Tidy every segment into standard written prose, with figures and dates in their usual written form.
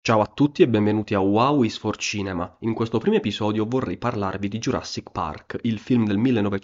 Ciao a tutti e benvenuti a Wow is for Cinema. In questo primo episodio vorrei parlarvi di Jurassic Park, il film del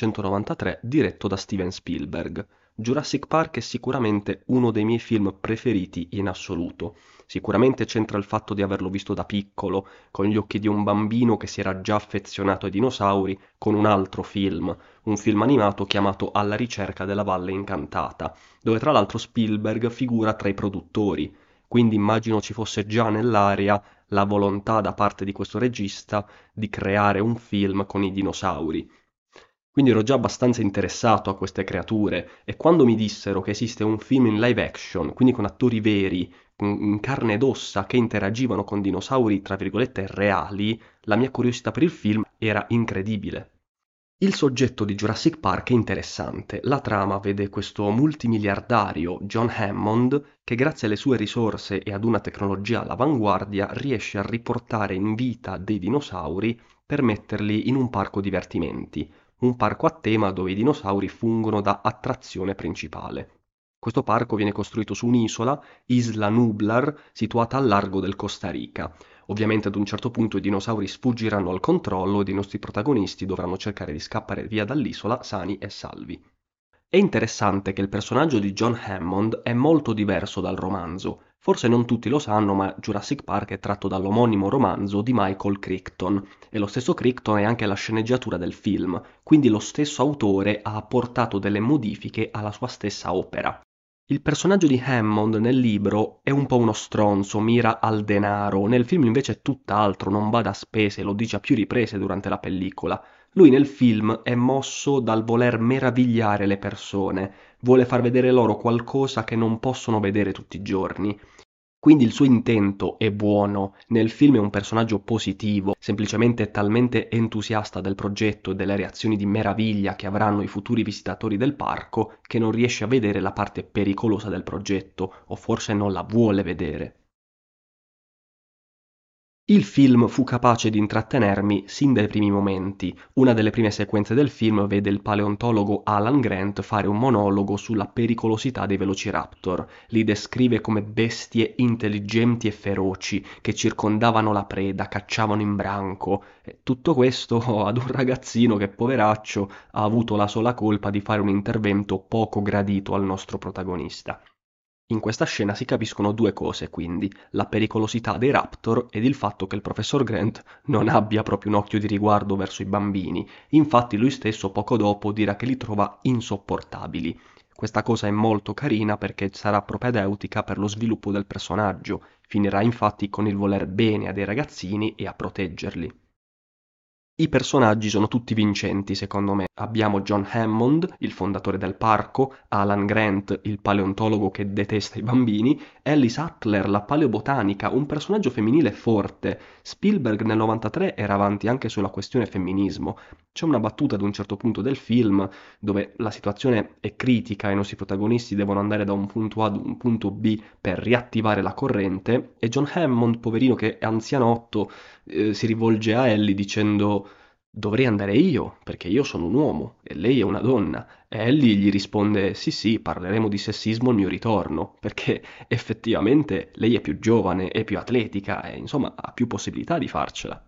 1993 diretto da Steven Spielberg. Jurassic Park è sicuramente uno dei miei film preferiti in assoluto. Sicuramente c'entra il fatto di averlo visto da piccolo, con gli occhi di un bambino che si era già affezionato ai dinosauri, con un altro film, un film animato chiamato Alla ricerca della Valle Incantata, dove tra l'altro Spielberg figura tra i produttori. Quindi immagino ci fosse già nell'aria la volontà da parte di questo regista di creare un film con i dinosauri. Quindi ero già abbastanza interessato a queste creature e quando mi dissero che esiste un film in live action, quindi con attori veri, in carne ed ossa, che interagivano con dinosauri, tra virgolette, reali, la mia curiosità per il film era incredibile. Il soggetto di Jurassic Park è interessante. La trama vede questo multimiliardario John Hammond che grazie alle sue risorse e ad una tecnologia all'avanguardia riesce a riportare in vita dei dinosauri per metterli in un parco divertimenti, un parco a tema dove i dinosauri fungono da attrazione principale. Questo parco viene costruito su un'isola, Isla Nublar, situata al largo del Costa Rica. Ovviamente ad un certo punto i dinosauri sfuggiranno al controllo ed i nostri protagonisti dovranno cercare di scappare via dall'isola sani e salvi. È interessante che il personaggio di John Hammond è molto diverso dal romanzo. Forse non tutti lo sanno, ma Jurassic Park è tratto dall'omonimo romanzo di Michael Crichton e lo stesso Crichton è anche la sceneggiatura del film, quindi lo stesso autore ha apportato delle modifiche alla sua stessa opera. Il personaggio di Hammond nel libro è un po' uno stronzo, mira al denaro, nel film invece è tutt'altro, non bada a spese, lo dice a più riprese durante la pellicola. Lui nel film è mosso dal voler meravigliare le persone, vuole far vedere loro qualcosa che non possono vedere tutti i giorni. Quindi il suo intento è buono, nel film è un personaggio positivo, semplicemente è talmente entusiasta del progetto e delle reazioni di meraviglia che avranno i futuri visitatori del parco che non riesce a vedere la parte pericolosa del progetto, o forse non la vuole vedere. Il film fu capace di intrattenermi sin dai primi momenti. Una delle prime sequenze del film vede il paleontologo Alan Grant fare un monologo sulla pericolosità dei Velociraptor. Li descrive come bestie intelligenti e feroci che circondavano la preda, cacciavano in branco. E tutto questo ad un ragazzino che, poveraccio, ha avuto la sola colpa di fare un intervento poco gradito al nostro protagonista. In questa scena si capiscono due cose, quindi, la pericolosità dei Raptor ed il fatto che il professor Grant non abbia proprio un occhio di riguardo verso i bambini. Infatti lui stesso poco dopo dirà che li trova insopportabili. Questa cosa è molto carina perché sarà propedeutica per lo sviluppo del personaggio. Finirà infatti con il voler bene a dei ragazzini e a proteggerli. I personaggi sono tutti vincenti, secondo me. Abbiamo John Hammond, il fondatore del parco, Alan Grant, il paleontologo che detesta i bambini, Ellie Sattler, la paleobotanica, un personaggio femminile forte. Spielberg nel 93 era avanti anche sulla questione femminismo. C'è una battuta ad un certo punto del film dove la situazione è critica e i nostri protagonisti devono andare da un punto A ad un punto B per riattivare la corrente e John Hammond, poverino che è anzianotto, si rivolge a Ellie dicendo dovrei andare io, perché io sono un uomo e lei è una donna. E Ellie gli risponde sì sì, parleremo di sessismo al mio ritorno, perché effettivamente lei è più giovane, è più atletica e insomma ha più possibilità di farcela.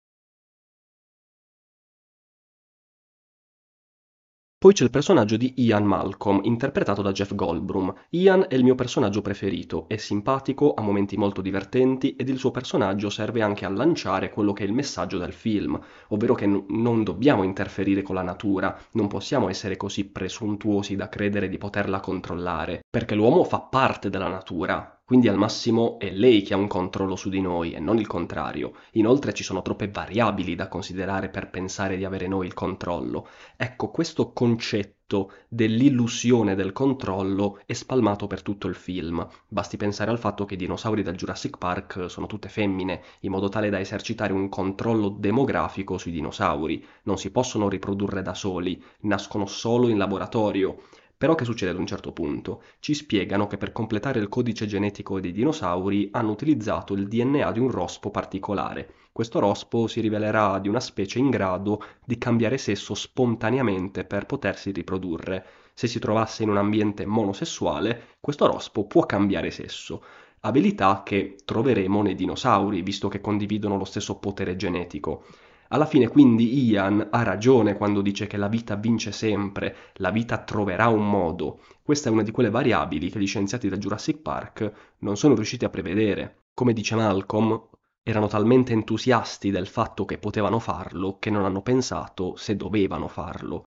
Poi c'è il personaggio di Ian Malcolm, interpretato da Jeff Goldblum. Ian è il mio personaggio preferito, è simpatico, ha momenti molto divertenti ed il suo personaggio serve anche a lanciare quello che è il messaggio del film, ovvero che non dobbiamo interferire con la natura, non possiamo essere così presuntuosi da credere di poterla controllare, perché l'uomo fa parte della natura, quindi al massimo è lei che ha un controllo su di noi e non il contrario. Inoltre ci sono troppe variabili da considerare per pensare di avere noi il controllo. Ecco, questo concetto dell'illusione del controllo è spalmato per tutto il film. Basti pensare al fatto che i dinosauri del Jurassic Park sono tutte femmine, in modo tale da esercitare un controllo demografico sui dinosauri. Non si possono riprodurre da soli, nascono solo in laboratorio. Però che succede ad un certo punto? Ci spiegano che per completare il codice genetico dei dinosauri hanno utilizzato il DNA di un rospo particolare. Questo rospo si rivelerà di una specie in grado di cambiare sesso spontaneamente per potersi riprodurre. Se si trovasse in un ambiente monosessuale, questo rospo può cambiare sesso. abilità che troveremo nei dinosauri, visto che condividono lo stesso potere genetico. Alla fine quindi Ian ha ragione quando dice che la vita vince sempre, la vita troverà un modo. Questa è una di quelle variabili che gli scienziati del Jurassic Park non sono riusciti a prevedere. Come dice Malcolm, erano talmente entusiasti del fatto che potevano farlo che non hanno pensato se dovevano farlo.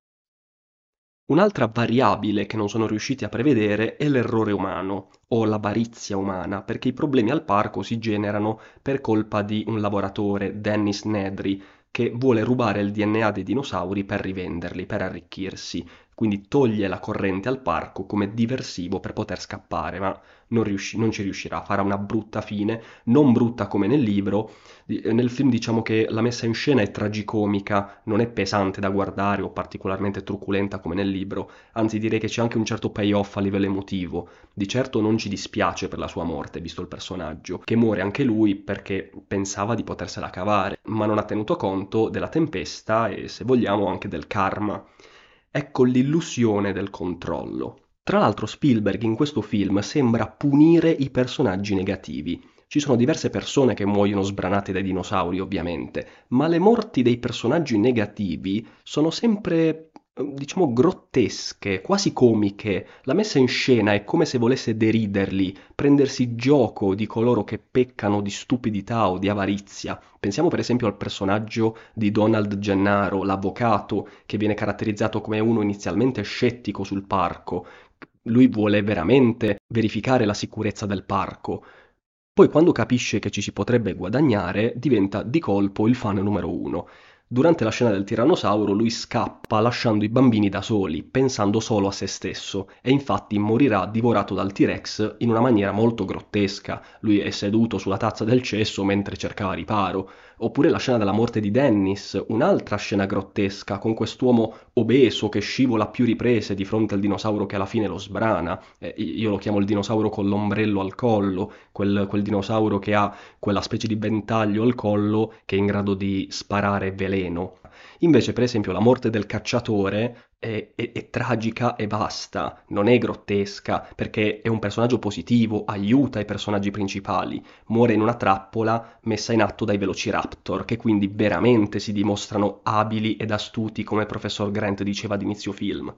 Un'altra variabile che non sono riusciti a prevedere è l'errore umano o l'avarizia umana, perché i problemi al parco si generano per colpa di un lavoratore, Dennis Nedry, che vuole rubare il DNA dei dinosauri per rivenderli, per arricchirsi. Quindi toglie la corrente al parco come diversivo per poter scappare, ma non ci riuscirà, farà una brutta fine, non brutta come nel libro. Nel film diciamo che la messa in scena è tragicomica, non è pesante da guardare o particolarmente truculenta come nel libro, anzi direi che c'è anche un certo payoff a livello emotivo. Di certo non ci dispiace per la sua morte, visto il personaggio, che muore anche lui perché pensava di potersela cavare, ma non ha tenuto conto della tempesta e, se vogliamo, anche del karma. Ecco l'illusione del controllo. Tra l'altro Spielberg in questo film sembra punire i personaggi negativi. Ci sono diverse persone che muoiono sbranate dai dinosauri, ovviamente, ma le morti dei personaggi negativi sono sempre, diciamo, grottesche, quasi comiche. La messa in scena è come se volesse deriderli, prendersi gioco di coloro che peccano di stupidità o di avarizia. Pensiamo per esempio al personaggio di Donald Gennaro, l'avvocato, che viene caratterizzato come uno inizialmente scettico sul parco. Lui vuole veramente verificare la sicurezza del parco. Poi quando capisce che ci si potrebbe guadagnare, diventa di colpo il fan numero uno. Durante la scena del tirannosauro lui scappa lasciando i bambini da soli, pensando solo a se stesso, e infatti morirà divorato dal T-Rex in una maniera molto grottesca. Lui è seduto sulla tazza del cesso mentre cercava riparo. Oppure la scena della morte di Dennis, un'altra scena grottesca, con quest'uomo obeso che scivola a più riprese di fronte al dinosauro che alla fine lo sbrana. Io lo chiamo il dinosauro con l'ombrello al collo, quel dinosauro che ha quella specie di ventaglio al collo che è in grado di sparare veleno. Invece, per esempio, la morte del cacciatore è tragica e basta, non è grottesca, perché è un personaggio positivo, aiuta i personaggi principali, muore in una trappola messa in atto dai Velociraptor, che quindi veramente si dimostrano abili ed astuti, come il professor Grant diceva ad inizio film.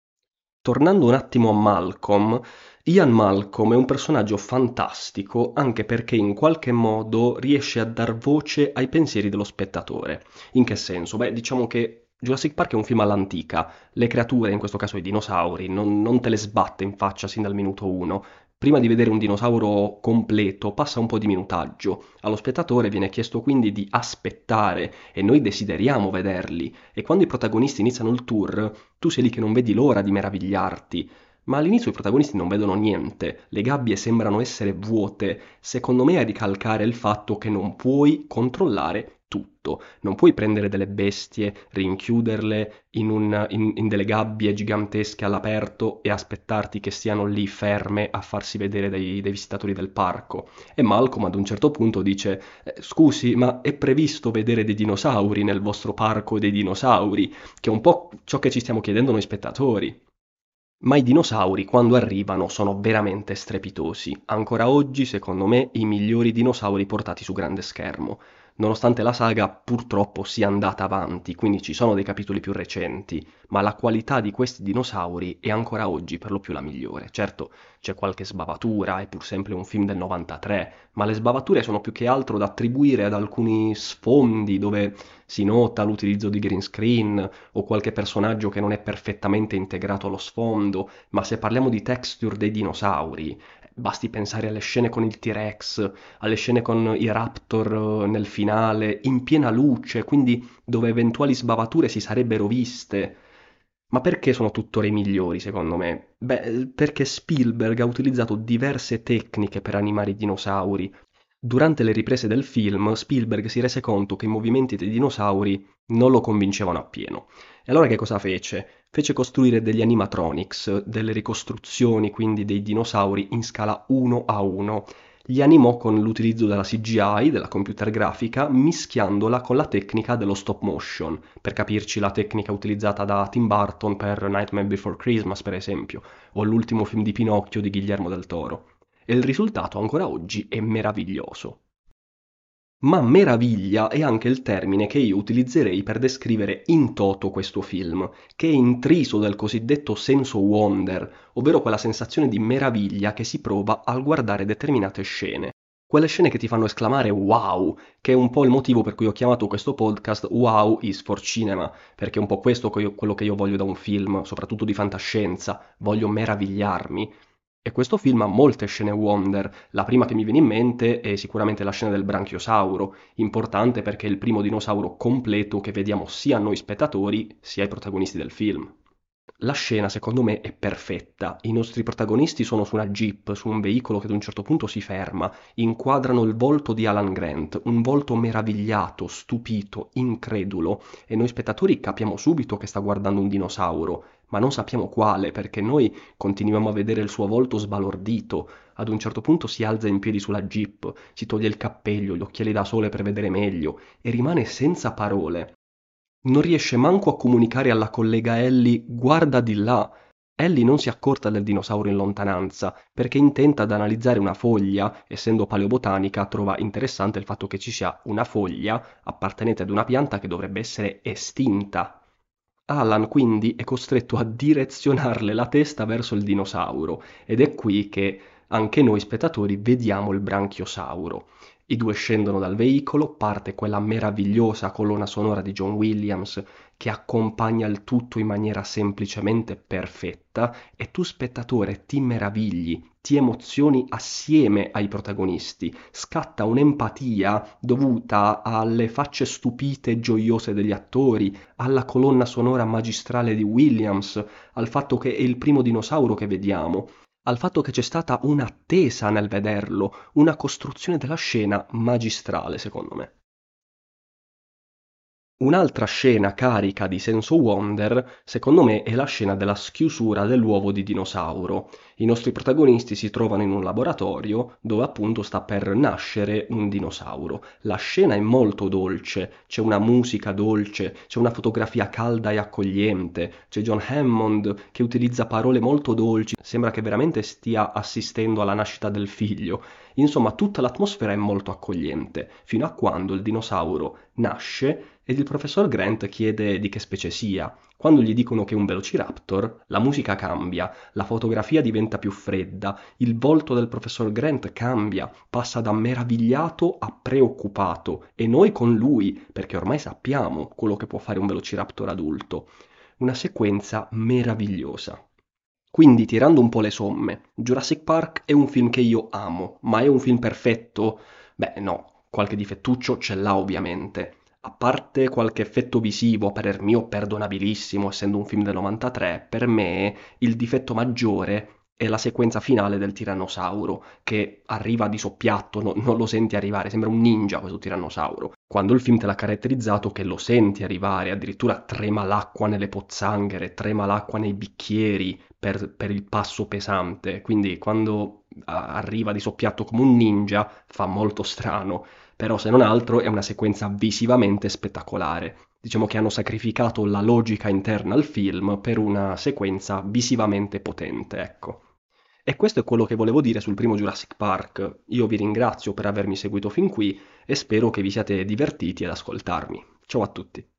Tornando un attimo a Malcolm, Ian Malcolm è un personaggio fantastico anche perché in qualche modo riesce a dar voce ai pensieri dello spettatore. In che senso? Beh, diciamo che Jurassic Park è un film all'antica, le creature, in questo caso i dinosauri, non te le sbatte in faccia sin dal minuto uno. Prima di vedere un dinosauro completo passa un po' di minutaggio. Allo spettatore viene chiesto quindi di aspettare e noi desideriamo vederli. E quando i protagonisti iniziano il tour, tu sei lì che non vedi l'ora di meravigliarti. Ma all'inizio i protagonisti non vedono niente, le gabbie sembrano essere vuote, secondo me a ricalcare il fatto che non puoi controllare tutto, non puoi prendere delle bestie, rinchiuderle in delle gabbie gigantesche all'aperto e aspettarti che stiano lì ferme a farsi vedere dai visitatori del parco. E Malcolm ad un certo punto dice, scusi, ma è previsto vedere dei dinosauri nel vostro parco dei dinosauri, che è un po' ciò che ci stiamo chiedendo noi spettatori. Ma i dinosauri, quando arrivano, sono veramente strepitosi. Ancora oggi, secondo me, i migliori dinosauri portati su grande schermo. Nonostante la saga purtroppo sia andata avanti, quindi ci sono dei capitoli più recenti, ma la qualità di questi dinosauri è ancora oggi per lo più la migliore. Certo, c'è qualche sbavatura, è pur sempre un film del 93, ma le sbavature sono più che altro da attribuire ad alcuni sfondi dove si nota l'utilizzo di green screen o qualche personaggio che non è perfettamente integrato allo sfondo, ma se parliamo di texture dei dinosauri, basti pensare alle scene con il T-Rex, alle scene con i Raptor nel finale, in piena luce, quindi dove eventuali sbavature si sarebbero viste. Ma perché sono tuttora i migliori, secondo me? Beh, perché Spielberg ha utilizzato diverse tecniche per animare i dinosauri. Durante le riprese del film, Spielberg si rese conto che i movimenti dei dinosauri non lo convincevano appieno. E allora che cosa fece? Fece costruire degli animatronics, delle ricostruzioni quindi dei dinosauri in scala 1 a 1. Li animò con l'utilizzo della CGI, della computer grafica, mischiandola con la tecnica dello stop motion, per capirci la tecnica utilizzata da Tim Burton per Nightmare Before Christmas, per esempio, o l'ultimo film di Pinocchio di Guillermo del Toro. e il risultato ancora oggi è meraviglioso. Ma meraviglia è anche il termine che io utilizzerei per descrivere in toto questo film, che è intriso del cosiddetto senso wonder, ovvero quella sensazione di meraviglia che si prova al guardare determinate scene. Quelle scene che ti fanno esclamare wow, che è un po' il motivo per cui ho chiamato questo podcast Wow is for Cinema, perché è un po' questo quello che io voglio da un film, soprattutto di fantascienza, voglio meravigliarmi. E questo film ha molte scene wonder. La prima che mi viene in mente è sicuramente la scena del Branchiosauro, importante perché è il primo dinosauro completo che vediamo sia noi spettatori sia i protagonisti del film. La scena, secondo me, è perfetta. I nostri protagonisti sono su una Jeep, su un veicolo che ad un certo punto si ferma, inquadrano il volto di Alan Grant, un volto meravigliato, stupito, incredulo, e noi spettatori capiamo subito che sta guardando un dinosauro, ma non sappiamo quale, perché noi continuiamo a vedere il suo volto sbalordito. Ad un certo punto si alza in piedi sulla Jeep, si toglie il cappello, gli occhiali da sole per vedere meglio, e rimane senza parole. Non riesce manco a comunicare alla collega Ellie guarda di là. Ellie non si accorta del dinosauro in lontananza, perché intenta ad analizzare una foglia, essendo paleobotanica, trova interessante il fatto che ci sia una foglia appartenente ad una pianta che dovrebbe essere estinta. Alan quindi è costretto a direzionarle la testa verso il dinosauro, ed è qui che anche noi spettatori vediamo il branchiosauro. I due scendono dal veicolo, parte quella meravigliosa colonna sonora di John Williams che accompagna il tutto in maniera semplicemente perfetta e tu spettatore ti meravigli, ti emozioni assieme ai protagonisti, scatta un'empatia dovuta alle facce stupite e gioiose degli attori, alla colonna sonora magistrale di Williams, al fatto che è il primo dinosauro che vediamo, al fatto che c'è stata un'attesa nel vederlo, una costruzione della scena magistrale, secondo me. Un'altra scena carica di senso wonder, secondo me, è la scena della schiusura dell'uovo di dinosauro. I nostri protagonisti si trovano in un laboratorio dove appunto sta per nascere un dinosauro. La scena è molto dolce, c'è una musica dolce, c'è una fotografia calda e accogliente, c'è John Hammond che utilizza parole molto dolci, sembra che veramente stia assistendo alla nascita del figlio. Insomma, tutta l'atmosfera è molto accogliente, fino a quando il dinosauro nasce ed il professor Grant chiede di che specie sia. Quando gli dicono che è un Velociraptor, la musica cambia, la fotografia diventa più fredda, il volto del professor Grant cambia, passa da meravigliato a preoccupato e noi con lui, perché ormai sappiamo quello che può fare un Velociraptor adulto. Una sequenza meravigliosa. Quindi, tirando un po' le somme, Jurassic Park è un film che io amo, ma è un film perfetto? Beh, no, qualche difettuccio ce l'ha ovviamente. A parte qualche effetto visivo, a parer mio perdonabilissimo, essendo un film del 93, per me il difetto maggiore è la sequenza finale del tirannosauro, che arriva di soppiatto, non lo senti arrivare, sembra un ninja questo tirannosauro. Quando il film te l'ha caratterizzato che lo senti arrivare, addirittura trema l'acqua nelle pozzanghere, trema l'acqua nei bicchieri per il passo pesante, quindi quando arriva di soppiatto come un ninja fa molto strano, però se non altro è una sequenza visivamente spettacolare. Diciamo che hanno sacrificato la logica interna al film per una sequenza visivamente potente, ecco. E questo è quello che volevo dire sul primo Jurassic Park. Io vi ringrazio per avermi seguito fin qui e spero che vi siate divertiti ad ascoltarmi. Ciao a tutti.